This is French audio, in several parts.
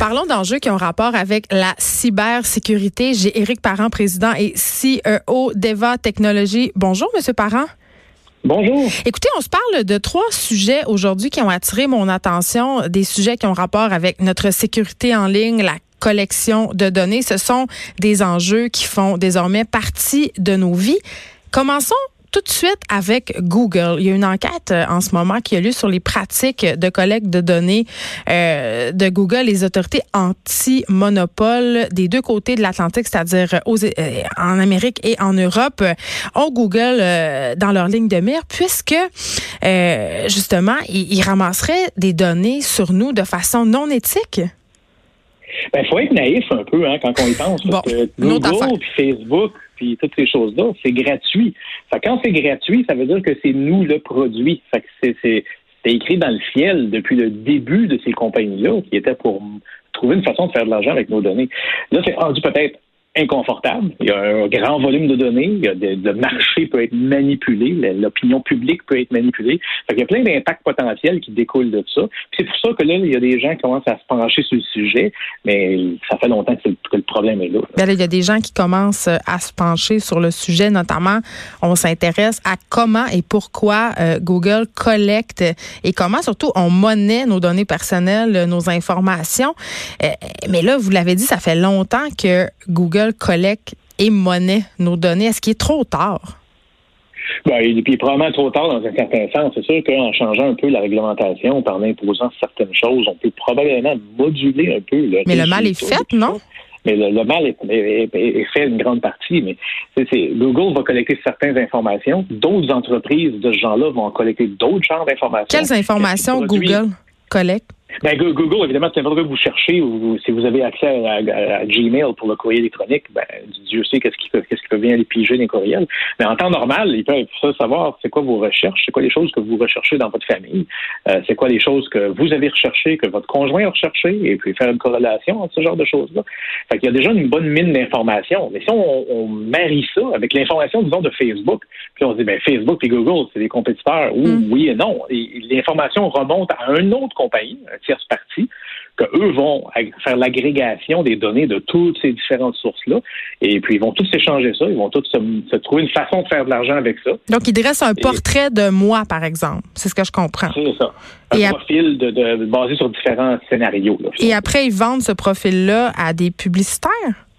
Parlons d'enjeux qui ont rapport avec la cybersécurité. J'ai Éric Parent, président et CEO d'Eva Technologies. Bonjour, Monsieur Parent. Bonjour. Écoutez, on se parle de 3 sujets aujourd'hui qui ont attiré mon attention, des sujets qui ont rapport avec notre sécurité en ligne, la collection de données. Ce sont des enjeux qui font désormais partie de nos vies. Commençons tout de suite avec Google. Il y a une enquête en ce moment qui a lieu sur les pratiques de collecte de données de Google. Les autorités anti-monopole des 2 côtés de l'Atlantique, c'est-à-dire en Amérique et en Europe, ont Google dans leur ligne de mire puisque, justement, ils ramasseraient des données sur nous de façon non éthique. Ben, faut être naïf un peu quand on y pense. Parce que Google puis Facebook puis toutes ces choses-là, c'est gratuit. Fait que quand c'est gratuit, ça veut dire que c'est nous le produit. Fait que c'est écrit dans le ciel depuis le début de ces compagnies-là qui étaient pour trouver une façon de faire de l'argent avec nos données. Là, c'est rendu peut-être inconfortable. Il y a un grand volume de données. Le marché peut être manipulé. L'opinion publique peut être manipulée. Fait qu'il y a plein d'impacts potentiels qui découlent de ça. Puis c'est pour ça que là, il y a des gens qui commencent à se pencher sur le sujet, mais ça fait longtemps que le problème est là. Bien, là, il y a des gens qui commencent à se pencher sur le sujet, notamment, on s'intéresse à comment et pourquoi Google collecte et comment, surtout, on monnaie nos données personnelles, nos informations. Mais là, vous l'avez dit, ça fait longtemps que Google collecte et monnaie nos données. Est-ce qu'il est trop tard? Ben, il est probablement trop tard dans un certain sens. C'est sûr qu'en changeant un peu la réglementation, en imposant certaines choses, on peut probablement moduler un peu. Mais le mal est fait, non? Mais le mal est fait une grande partie. Mais Google va collecter certaines informations. D'autres entreprises de ce genre-là vont collecter d'autres genres d'informations. Quelles informations Google collecte? Ben, Google, évidemment, c'est n'importe quoi que vous cherchez ou si vous avez accès à Gmail pour le courrier électronique, ben, Dieu sait qu'est-ce qui peut bien aller piger les courriels. Mais en temps normal, ils peuvent savoir c'est quoi vos recherches, c'est quoi les choses que vous recherchez dans votre famille, c'est quoi les choses que vous avez recherchées, que votre conjoint a recherchées, et puis faire une corrélation entre ce genre de choses-là. Fait qu'il y a déjà une bonne mine d'informations. Mais si on marie ça avec l'information, disons, de Facebook, puis on se dit, ben, Facebook et Google, c'est des compétiteurs, oui et non. Et l'information remonte à une autre compagnie, tierce partie, qu'eux vont faire l'agrégation des données de toutes ces différentes sources-là, et puis ils vont tous s'échanger ça, ils vont tous se trouver une façon de faire de l'argent avec ça. Donc, ils dressent un portrait de moi, par exemple. C'est ce que je comprends. C'est ça. Un profil basé sur différents scénarios. Là, et après, ils vendent ce profil-là à des publicitaires?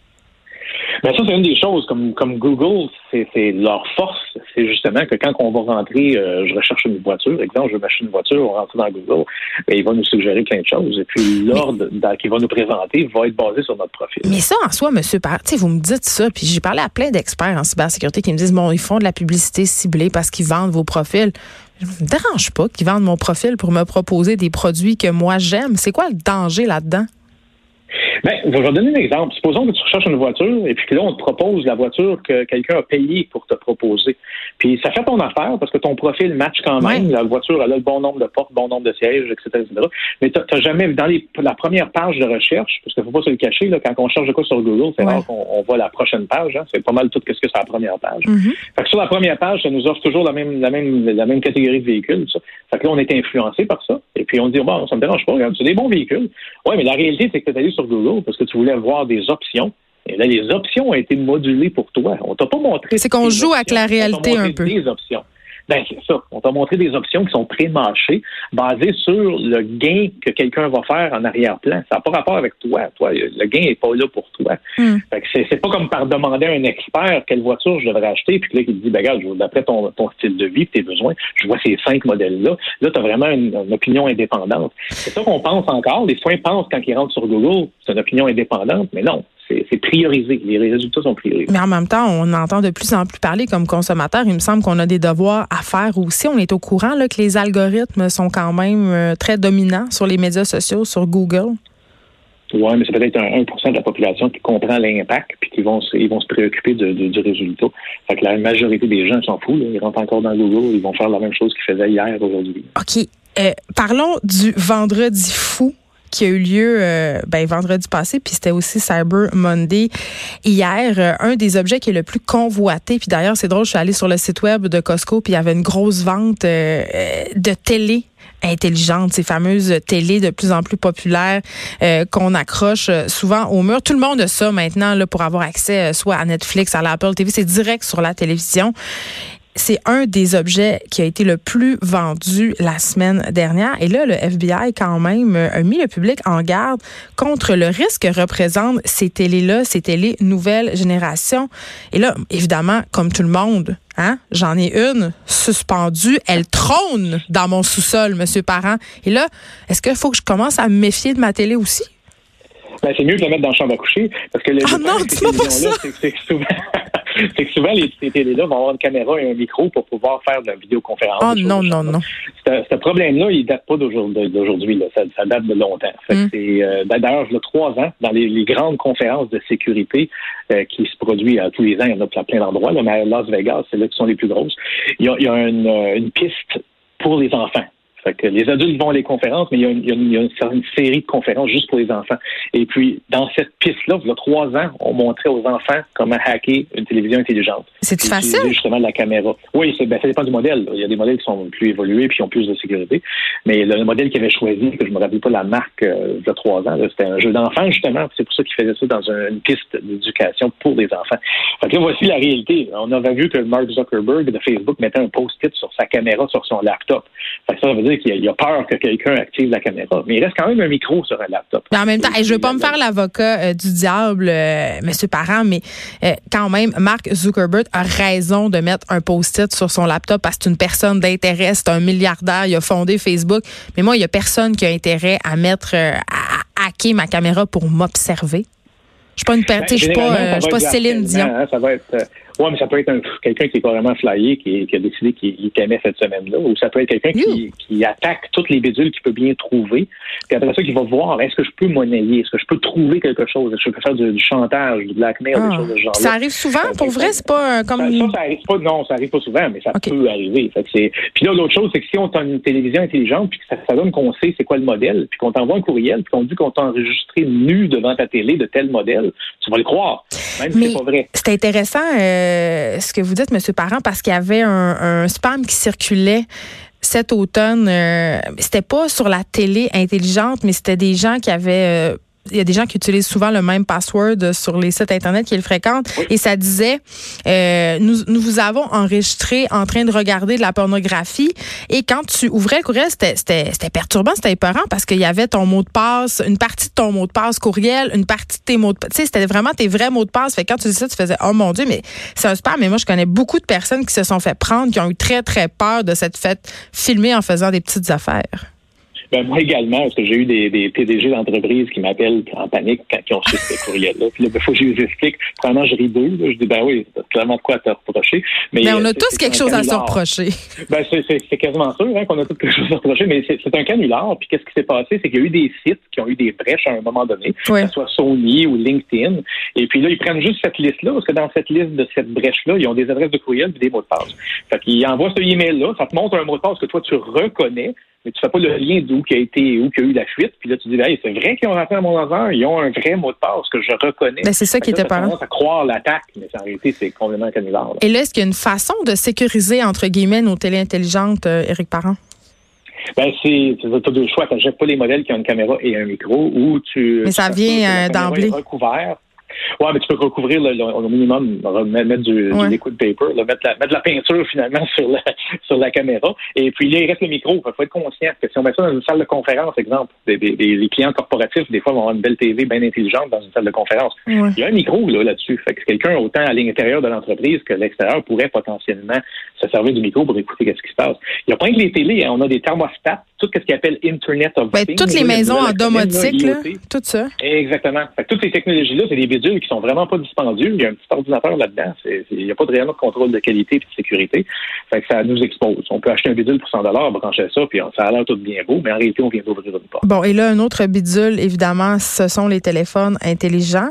Ben ça, c'est une des choses. Comme Google, c'est leur force. C'est justement que quand on va rentrer, je recherche une voiture, exemple, je veux m'acheter une voiture, on rentre dans Google, ben, il va nous suggérer plein de choses. Et puis, l'ordre qu'il va nous présenter va être basé sur notre profil. Mais ça, en soi, monsieur Parent, vous me dites ça, puis j'ai parlé à plein d'experts en cybersécurité qui me disent, bon, ils font de la publicité ciblée parce qu'ils vendent vos profils. Ça me dérange pas qu'ils vendent mon profil pour me proposer des produits que moi j'aime. C'est quoi le danger là-dedans? Ben, je vais donner un exemple. Supposons que tu recherches une voiture et puis que là, on te propose la voiture que quelqu'un a payée pour te proposer. Puis ça fait ton affaire parce que ton profil match quand même. Ouais. La voiture, elle a le bon nombre de portes, bon nombre de sièges, etc. Mais t'as jamais, dans la première page de recherche, parce qu'il ne faut pas se le cacher, là, quand on cherche de quoi sur Google, c'est rare qu'on voit la prochaine page. Hein. C'est pas mal tout ce que c'est la première page. Fait que sur la première page, ça nous offre toujours la même catégorie de véhicules. Ça. Fait que là, on est influencé par ça. Et puis on dit, bon, ça me dérange pas, regarde, c'est des bons véhicules. Oui, mais la réalité, c'est que tu es allé sur Google parce que tu voulais voir des options. Et là, les options ont été modulées pour toi. On t'a pas montré. C'est qu'on joue avec la réalité un peu. Des options. Ben, c'est ça. On t'a montré des options qui sont pré-mâchées, basées sur le gain que quelqu'un va faire en arrière-plan. Ça n'a pas rapport avec toi. Le gain n'est pas là pour toi. Fait que c'est pas comme par demander à un expert quelle voiture je devrais acheter, puis que là, il te dit, ben, regarde, d'après ton style de vie et tes besoins, je vois ces 5 modèles-là. Là, tu as vraiment une opinion indépendante. C'est ça qu'on pense encore. Les soins pensent quand ils rentrent sur Google, c'est une opinion indépendante, mais non. C'est priorisé. Les résultats sont priorisés. Mais en même temps, on entend de plus en plus parler comme consommateur. Il me semble qu'on a des devoirs à faire aussi. On est au courant là, que les algorithmes sont quand même très dominants sur les médias sociaux, sur Google. Oui, mais c'est peut-être 1% de la population qui comprend l'impact puis ils vont se préoccuper du résultat. Fait que la majorité des gens s'en foutent. Là. Ils rentrent encore dans Google. Ils vont faire la même chose qu'ils faisaient hier, aujourd'hui. OK. Parlons du vendredi fou qui a eu lieu vendredi passé, puis c'était aussi Cyber Monday hier. Un des objets qui est le plus convoité, puis d'ailleurs, c'est drôle, je suis allée sur le site web de Costco, puis il y avait une grosse vente de télé intelligentes, ces fameuses télés de plus en plus populaires qu'on accroche souvent au mur. Tout le monde a ça maintenant là, pour avoir accès soit à Netflix, à l'Apple TV. C'est direct sur la télévision. C'est un des objets qui a été le plus vendu la semaine dernière. Et là, le FBI, quand même, a mis le public en garde contre le risque que représentent ces télés-là, ces télés nouvelle génération. Et là, évidemment, comme tout le monde, j'en ai une suspendue. Elle trône dans mon sous-sol, Monsieur Parent. Et là, est-ce qu'il faut que je commence à me méfier de ma télé aussi? Ben, c'est mieux de la mettre dans la chambre à coucher. Parce que non, dis-moi pas ça! C'est que souvent, ces télés-là vont avoir une caméra et un micro pour pouvoir faire de la vidéoconférence. Oh non. Ce problème-là, il date pas d'aujourd'hui. Là. Ça date de longtemps. D'ailleurs, il y a 3 ans, dans les grandes conférences de sécurité qui se produisent tous les ans, il y en a plein d'endroits, là, mais à Las Vegas, c'est là qui sont les plus grosses, il y a une piste pour les enfants. Fait que les adultes vont à les conférences, mais il y a une série de conférences juste pour les enfants. Et puis, dans cette piste-là, il y a 3 ans, on montrait aux enfants comment hacker une télévision intelligente. C'est facile? Justement la caméra. Oui, ça dépend du modèle. Il y a des modèles qui sont plus évolués puis qui ont plus de sécurité. Mais le modèle qu'ils avaient choisi, que je me rappelle pas la marque il y a 3 ans, c'était un jeu d'enfants, justement. C'est pour ça qu'ils faisaient ça dans une piste d'éducation pour des enfants. Fait que là, voici la réalité. On avait vu que Mark Zuckerberg de Facebook mettait un post-it sur sa caméra sur son laptop. Fait que ça veut dire qu'il a peur que quelqu'un active la caméra. Mais il reste quand même un micro sur un laptop. Mais en même temps, je ne veux pas me faire l'avocat du diable, Monsieur Parent, mais quand même, Mark Zuckerberg a raison de mettre un post-it sur son laptop parce que c'est une personne d'intérêt, c'est un milliardaire, il a fondé Facebook. Mais moi, il n'y a personne qui a intérêt à mettre, à hacker ma caméra pour m'observer. Je suis pas Céline Dion. Ça va être... Oui, mais ça peut être quelqu'un qui est carrément flyé, qui a décidé qu'il t'aimait cette semaine-là, ou ça peut être quelqu'un qui attaque toutes les bidules qu'il peut bien trouver, puis après ça, qui va voir, est-ce que je peux monnayer, est-ce que je peux trouver quelque chose, est-ce que je peux faire du chantage, du blackmail, des choses de ce genre-là. Ça arrive souvent, pour vrai, c'est pas comme... Ça arrive pas, non, ça arrive pas souvent, mais ça peut arriver. Fait que puis là, l'autre chose, c'est que si on t'a une télévision intelligente, puis que ça donne qu'on sait c'est quoi le modèle, puis qu'on t'envoie un courriel, puis qu'on dit qu'on t'a enregistré nu devant ta télé de tel modèle, tu vas le croire, même si c'est pas vrai. C'est intéressant ce que vous dites, M. Parent, parce qu'il y avait un spam qui circulait cet automne. C'était pas sur la télé intelligente, mais c'était des gens qui avaient... il y a des gens qui utilisent souvent le même password sur les sites Internet qu'ils fréquentent. Oui. Et ça disait, nous vous avons enregistré en train de regarder de la pornographie. Et quand tu ouvrais le courriel, c'était perturbant, c'était épeurant parce qu'il y avait ton mot de passe, une partie de ton mot de passe courriel, une partie de tes mots de passe. Tu sais, c'était vraiment tes vrais mots de passe. Fait que quand tu dis ça, tu faisais, oh mon Dieu, mais c'est un spam. Mais moi, je connais beaucoup de personnes qui se sont fait prendre, qui ont eu très, très peur de s'être fait filmer en faisant des petites affaires. Ben, moi également, parce que j'ai eu des PDG d'entreprises qui m'appellent en panique quand ils ont reçu ce courriel-là. Puis là, il faut que je les explique. Premièrement, je ris d'eux. Je dis, ben oui, c'est clairement de quoi à te reprocher. Mais on a tous quelque chose à se reprocher. Ben, c'est quasiment sûr qu'on a tous quelque chose à se reprocher, mais c'est un canular. Puis qu'est-ce qui s'est passé? C'est qu'il y a eu des sites qui ont eu des brèches à un moment donné, que ce soit Sony ou LinkedIn. Et puis là, ils prennent juste cette liste-là, parce que dans cette liste de cette brèche-là, ils ont des adresses de courriel et des mots de passe. Fait qu'ils envoient ce email-là, ça te montre un mot de passe que toi, tu reconnais, mais tu fais pas le lien d'où qu'il y a eu la fuite. Puis là, tu dis, hey, c'est vrai qu'ils ont raté à mon ordinateur, ils ont un vrai mot de passe que je reconnais. Ben, c'est ça qui était parlant. On commence à croire l'attaque, mais en réalité, c'est complètement un canular. Et là, est-ce qu'il y a une façon de sécuriser, entre guillemets, nos télé intelligentes, Éric Parent? Ben, tu as 2 choix. Tu n'achètes pas les modèles qui ont une caméra et un micro, ou tu... Mais ça vient d'emblée. Recouvert. Oui, mais tu peux recouvrir au minimum, mettre du liquid paper, mettre de la peinture finalement sur la caméra. Et puis là, il reste le micro. Il faut être conscient que si on met ça dans une salle de conférence, exemple, les clients corporatifs, des fois, vont avoir une belle TV bien intelligente dans une salle de conférence. Ouais. Il y a un micro là-dessus. Fait que quelqu'un, autant à l'intérieur de l'entreprise que l'extérieur, pourrait potentiellement se servir du micro pour écouter ce qui se passe. Il n'y a pas que les télés, on a des thermostats, tout ce qui appelle Internet of Things. Toutes les maisons en domotique, tout ça. Exactement. Fait que toutes ces technologies-là, c'est des bidules qui sont vraiment pas dispendieux. Il y a un petit ordinateur là-dedans. Il n'y a pas réellement de contrôle de qualité et de sécurité. Fait que ça nous expose. On peut acheter un bidule pour $100, brancher ça, puis ça a l'air tout bien beau, mais en réalité, on vient d'ouvrir une porte. Bon, et là, un autre bidule, évidemment, ce sont les téléphones intelligents.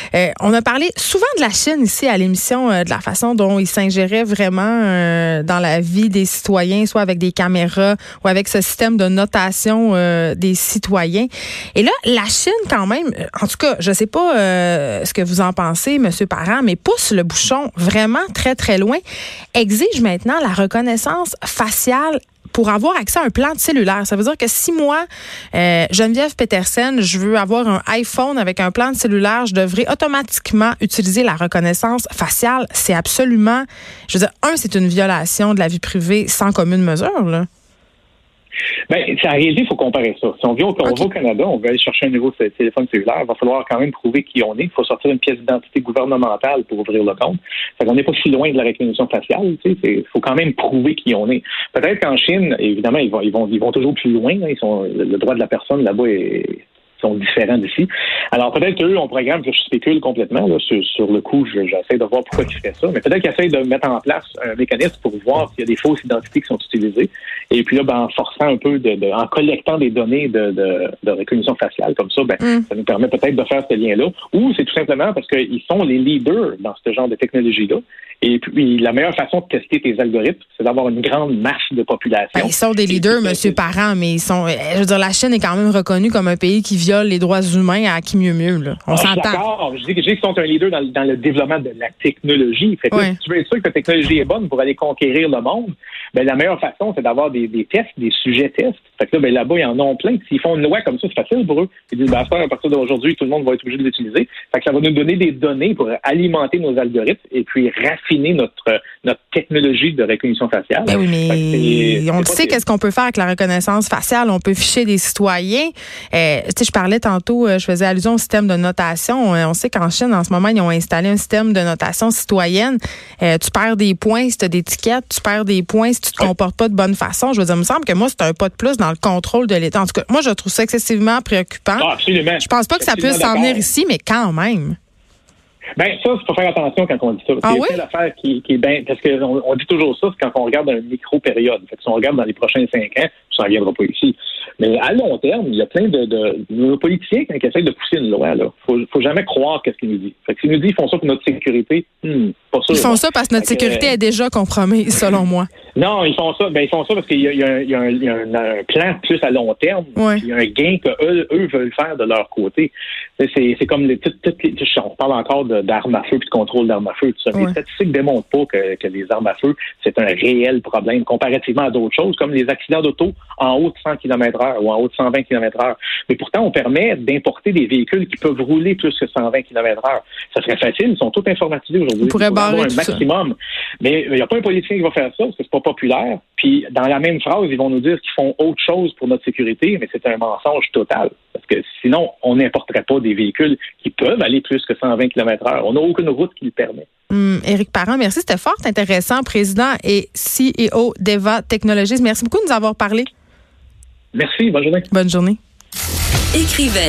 On a parlé souvent de la Chine ici à l'émission, de la façon dont ils s'ingéraient vraiment dans la vie des citoyens, soit avec des caméras ou avec ce système de notation des citoyens. Et là, la Chine, quand même, en tout cas, je sais pas ce que vous en pensez, M. Parent, mais pousse le bouchon vraiment très, très loin, exige maintenant la reconnaissance faciale pour avoir accès à un plan de cellulaire. Ça veut dire que si moi, Geneviève Petersen, je veux avoir un iPhone avec un plan de cellulaire, je devrais automatiquement utiliser la reconnaissance faciale. C'est absolument, je veux dire, c'est une violation de la vie privée sans commune mesure, là. Ben, c'est en réalité, il faut comparer ça. Si on vient va au Canada, on veut aller chercher un nouveau téléphone cellulaire, il va falloir quand même prouver qui on est. Il faut sortir une pièce d'identité gouvernementale pour ouvrir le compte. Fait qu'on n'est pas si loin de la reconnaissance faciale. Il faut quand même prouver qui on est. Peut-être qu'en Chine, évidemment, ils vont toujours plus loin. Là. Le droit de la personne là-bas sont différents d'ici. Alors, peut-être qu'eux, on programme, je spécule complètement, là, sur le coup, j'essaie de voir pourquoi ils feraient ça, mais peut-être qu'ils essayent de mettre en place un mécanisme pour voir s'il y a des fausses identités qui sont utilisées. Et puis là, en forçant un peu, en collectant des données de reconnaissance faciale, comme ça, ça nous permet peut-être de faire ce lien-là. Ou c'est tout simplement parce qu'ils sont les leaders dans ce genre de technologie-là. Et puis, la meilleure façon de tester tes algorithmes, c'est d'avoir une grande masse de population. Ils sont des leaders, M. Parent, mais je veux dire, la Chine est quand même reconnue comme un pays qui viole les droits humains à qui mieux là. On s'entend. D'accord. Je dis qu'ils sont un leader dans le développement de la technologie. Fait que si tu veux être sûr que ta technologie est bonne pour aller conquérir le monde, la meilleure façon, c'est d'avoir des tests, des sujets tests. Fait que là-bas, ils en ont plein. S'ils font une loi comme ça, c'est facile pour eux. Ils disent, à partir d'aujourd'hui, tout le monde va être obligé de l'utiliser. Fait que ça va nous donner des données pour alimenter nos algorithmes et puis raffiner notre technologie de reconnaissance faciale. Oui, mais on sait qu'est-ce qu'on peut faire avec la reconnaissance faciale. On peut ficher des citoyens. Je parlais tantôt, je faisais allusion au système de notation. On sait qu'en Chine, en ce moment, ils ont installé un système de notation citoyenne. Tu perds des points si tu as des tickets, tu perds des points si tu te comportes pas de bonne façon. Je veux dire, il me semble que moi, c'est un pas de plus dans le contrôle de l'État. En tout cas, moi, je trouve ça excessivement préoccupant. Absolument. Je pense pas que ça puisse s'en venir ici, mais quand même. Ça, il faut faire attention quand on dit ça. Ah oui? C'est l'affaire qui est bien... Parce qu'on dit toujours ça, c'est quand on regarde une micro-période. Fait que si on regarde dans les prochains 5 ans, ça ne reviendra pas ici. Mais à long terme, il y a plein de politiciens qui essayent de pousser une loi. Il ne faut jamais croire ce qu'ils nous disent. Fait que s'ils nous disent qu'ils font ça pour notre sécurité, pas sûr. Ils font ça parce que notre sécurité est déjà compromise, selon moi. Non, ils font ça parce qu'il y a un plan plus à long terme. Ouais. Il y a un gain qu'eux veulent faire de leur côté. C'est comme on parle encore d'armes à feu puis de contrôle d'armes à feu. Tout ça. Ouais. Les statistiques ne démontrent pas que les armes à feu, c'est un réel problème comparativement à d'autres choses, comme les accidents d'auto en haut de 100 km/h ou en haut de 120 km/h. Mais pourtant, on permet d'importer des véhicules qui peuvent rouler plus que 120 km/h. Ça serait facile, ils sont tous informatisés aujourd'hui. On pourrait barrer un maximum. Ça. Mais il n'y a pas un politicien qui va faire ça parce que c'est pas populaire. Puis, dans la même phrase, ils vont nous dire qu'ils font autre chose pour notre sécurité, mais c'est un mensonge total. Parce que sinon, on n'importerait pas des véhicules qui peuvent aller plus que 120 km/h. On n'a aucune route qui le permet. Éric Parent, merci. C'était fort intéressant. Président et CEO d'Eva Technologies. Merci beaucoup de nous avoir parlé. Merci. Bonne journée. Bonne journée. Écrivaine.